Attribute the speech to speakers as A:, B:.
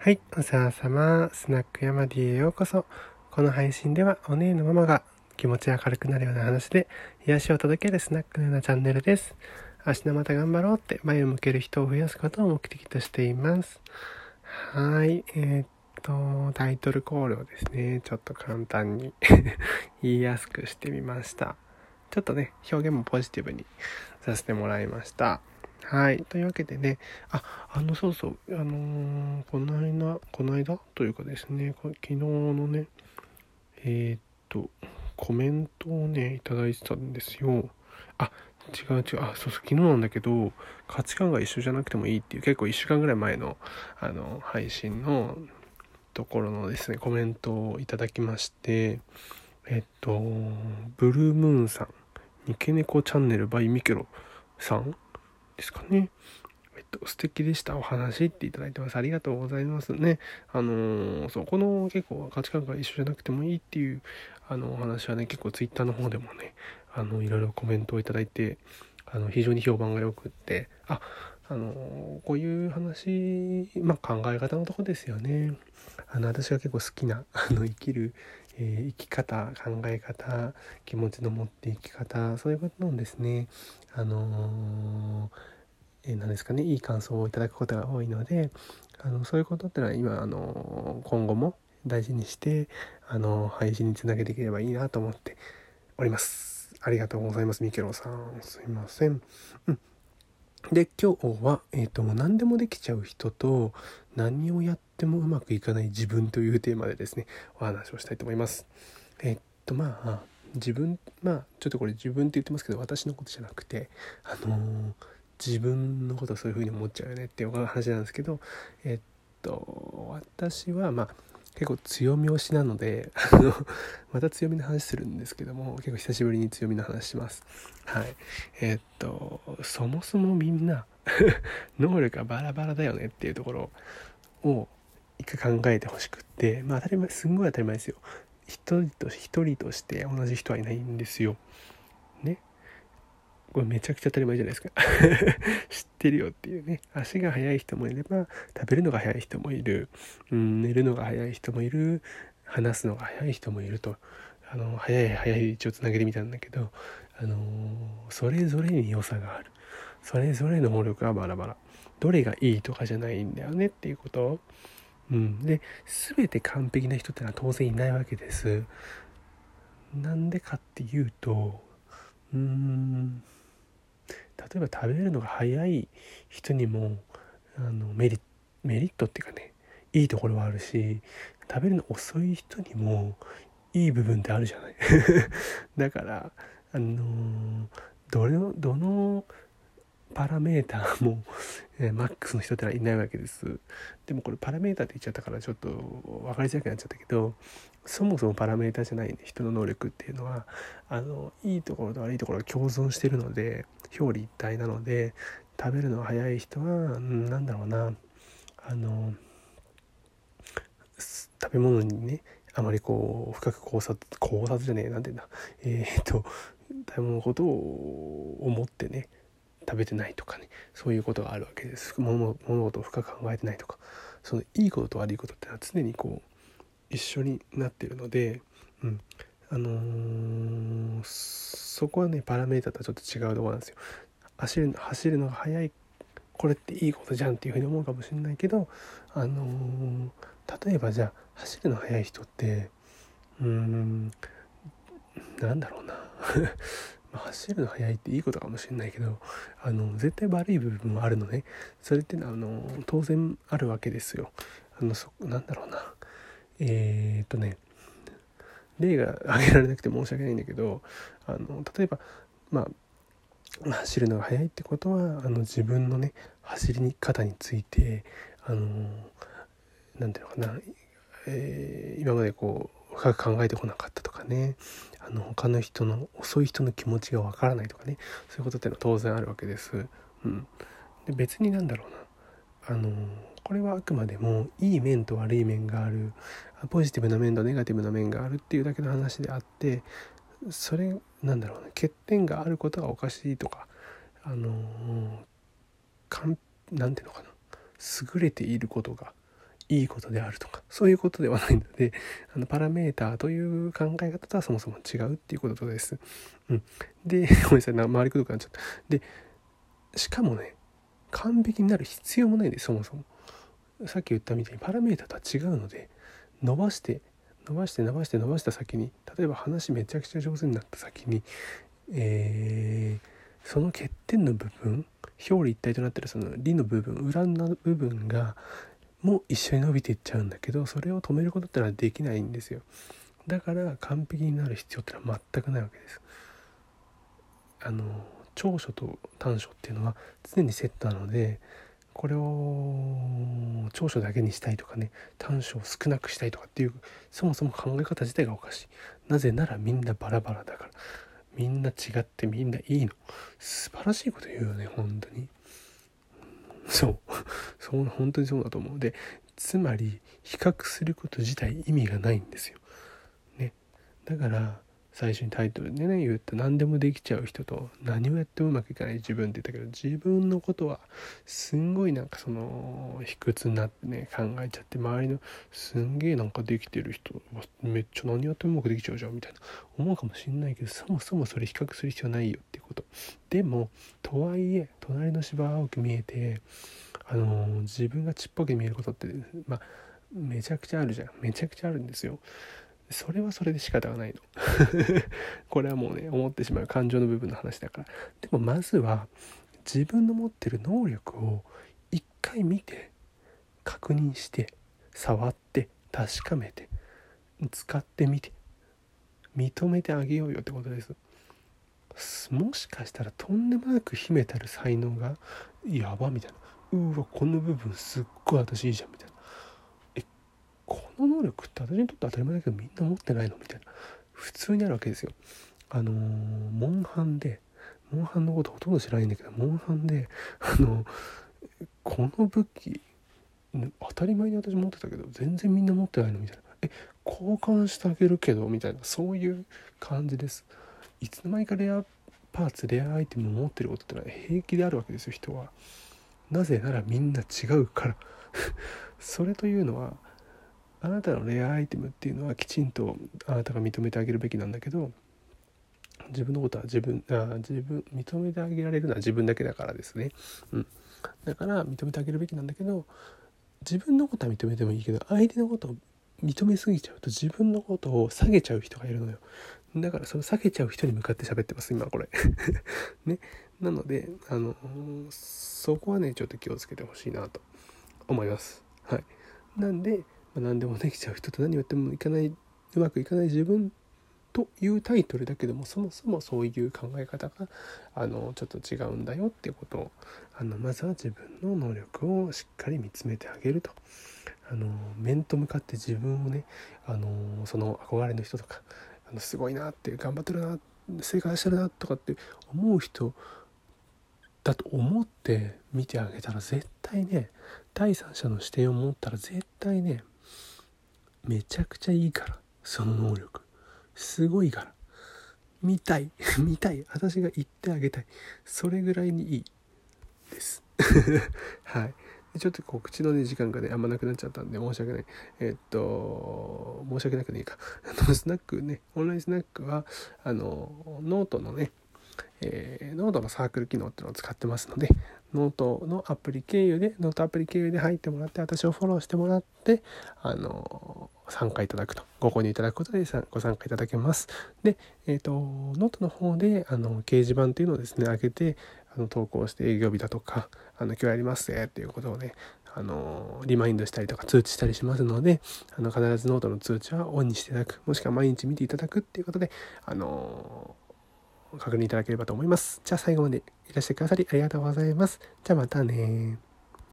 A: はい、お世話様。スナックヤマディへようこそ。この配信ではお姉のママが気持ち明るくなるような話で癒しを届けるスナックのようなチャンネルです。明日また頑張ろうって前を向ける人を増やすことを目的としています。はい、タイトルコールをですね、ちょっと簡単に言いやすくしてみました。ちょっとね、表現もポジティブにさせてもらいました。はい。というわけでね、そうそう、この間というかですね、昨日のね、コメントをね、いただいてたんですよ。違う。そう、昨日なんだけど、価値観が一緒じゃなくてもいいっていう、結構1週間ぐらい前の、配信のところのですね、コメントをいただきまして、ブルームーンさん、ニケネコチャンネル by ミケロさんですかね。素敵でしたお話っていただいてます。ありがとうございますね。そう、この結構価値観が一緒じゃなくてもいいっていうお話はね、結構ツイッターの方でもね、いろいろコメントをいただいて、非常に評判が良くって、こういう話、考え方のとこですよね。私が結構好きな、生きる、生き方、考え方、気持ちの持って生き方、そういうことなんですね。何ですかね、いい感想をいただくことが多いので、そういうことってのは今今後も大事にして配信につなげていければいいなと思っております。ありがとうございます。ミケロさん、すいません。で、今日は何でもできちゃう人と何をやってもうまくいかない自分というテーマでですね、お話をしたいと思います。自分、ちょっとこれ自分って言ってますけど、私のことじゃなくて自分のことをそういう風に思っちゃうよねっていう話なんですけど、私は結構強み推しなのでまた強みの話するんですけども、結構久しぶりに強みの話します。はい。そもそもみんな能力がバラバラだよねっていうところを一回考えてほしくって、当たり前、すんごい当たり前ですよ。一人として同じ人はいないんですよ。ね。これめちゃくちゃ当たり前じゃないですか知ってるよっていうね。足が速い人もいれば食べるのが速い人もいる、寝るのが速い人もいる、話すのが速い人もいると、速い一応つなげてみたんだけど、それぞれに良さがある。それぞれの能力がバラバラ。どれがいいとかじゃないんだよねっていうことを、で全て完璧な人ってのは当然いないわけです。なんでかっていうと、例えば食べるのが早い人にもメリットっていうかね、いいところはあるし、食べるの遅い人にもいい部分ってあるじゃないだからどのパラメーターも、マックスの人ってのはいないわけです。でもこれパラメーターって言っちゃったからちょっと分かりづらくなっちゃったけど、そもそもパラメーターじゃないね、人の能力っていうのは、いいところと悪いところが共存してるので、表裏一体なので、食べるのが早い人は、なんだろうな、食べ物にね、あまりこう深く考察じゃねえ、なんて言うんだ、食べ物のことを思ってね食べてないとかね、そういうことがあるわけです。物事を深く考えてないとか、そのいいことと悪いことってのは常にこう一緒になっているので、そこはねパラメータとはちょっと違うところなんですよ。走るのが速い、これっていいことじゃんっていうふうに思うかもしれないけど、例えばじゃあ走るの速い人ってなんだろうな走るの速いっていいことかもしれないけど、絶対悪い部分もあるのね。それって当然あるわけですよ。なんだろうな、例が挙げられなくて申し訳ないんだけど、例えば走るのが速いってことは自分のね走り方についてなんていうのかな、今までこう深く考えてこなかったとかね、他の人の遅い人の気持ちがわからないとかね、そういうことっていうのは当然あるわけです。で別になんだろうな、これはあくまでもいい面と悪い面がある、ポジティブな面とネガティブな面があるっていうだけの話であって、それなんだろうな、欠点があることがおかしいとか、なんていうのかな、優れていることがいいことであるとかそういうことではないので、パラメーターという考え方とはそもそも違うっていうことです。でごめんなさい、回りくどくなっちゃった。でしかもね、完璧になる必要もないんです。そもそもさっき言ったみたいにパラメーターとは違うので、伸ばした先に、例えば話めちゃくちゃ上手になった先に、その欠点の部分、表裏一体となってるその理の部分、裏の部分がもう一緒に伸びていっちゃうんだけど、それを止めることってのはできないんですよ。だから完璧になる必要ってのは全くないわけです。長所と短所っていうのは常にセットなので、これを長所だけにしたいとかね、短所を少なくしたいとかっていうそもそも考え方自体がおかしい。なぜならみんなバラバラだから、みんな違ってみんないいの。素晴らしいこと言うよね、本当に。そう本当にそうだと思う。でつまり比較すること自体意味がないんですよね。だから最初にタイトルでね言った何でもできちゃう人と何をやってもうまくいかない自分って言ったけど、自分のことはすんごいなんかその卑屈になってね考えちゃって、周りのすんげえなんかできてる人めっちゃ何やってもうまくできちゃうじゃんみたいな思うかもしんないけど、そもそもそれ比較する必要ないよっていうこと。でもとはいえ隣の芝は青く見えて自分がちっぽけに見えることってめちゃくちゃあるじゃん。めちゃくちゃあるんですよ。それはそれで仕方がないのこれはもうね思ってしまう感情の部分の話だから。でもまずは自分の持ってる能力を一回見て確認して触って確かめて使ってみて認めてあげようよってことです。もしかしたらとんでもなく秘めたる才能がやばみたいな、うわこの部分すっごい私いいじゃんみたいな、この能力って私にとって当たり前だけどみんな持ってないのみたいな普通にあるわけですよ。モンハンのことほとんど知らないんだけど、モンハンでこの武器当たり前に私持ってたけど全然みんな持ってないのみたいな、交換してあげるけどみたいな、そういう感じです。いつの間にかレアパーツレアアイテムを持ってることってのは平気であるわけですよ、人は。なぜならみんな違うからそれというのはあなたのレアアイテムっていうのはきちんとあなたが認めてあげるべきなんだけど、自分のことは自分認めてあげられるのは自分だけだからですね。だから認めてあげるべきなんだけど、自分のことは認めてもいいけど相手のことを認めすぎちゃうと自分のことを下げちゃう人がいるのよ。だからその下げちゃう人に向かって喋ってます今これね。なのでそこはねちょっと気をつけてほしいなと思います。はい。なんで、何でもできちゃう人と何をやってもうまくいかない自分というタイトルだけども、そもそもそういう考え方がちょっと違うんだよっていうことをまずは自分の能力をしっかり見つめてあげると。面と向かって自分をねその憧れの人とかすごいなって頑張ってるな正解してるなとかって思う人だと思って見てあげたら絶対ね、第三者の視点を持ったら絶対ねめちゃくちゃいいから、その能力すごいから見たい私が言ってあげたい、それぐらいにいいですはいちょっと告知のね時間がねあんまなくなっちゃったんで申し訳ない。申し訳なくねいいかスナックね、オンラインスナックはノートのねノートのサークル機能っていうのを使ってますので、ノートアプリ経由で入ってもらって私をフォローしてもらって参加いただくと、ご購入いただくことでご参加いただけます。で、ノートの方で掲示板というのをですね上げて投稿して営業日だとか今日やりますっていうことをねリマインドしたりとか通知したりしますので必ずノートの通知はオンにしていただく、もしくは毎日見ていただくっていうことで確認いただければと思います。じゃあ最後までいらしてくださりありがとうございます。じゃあまたね。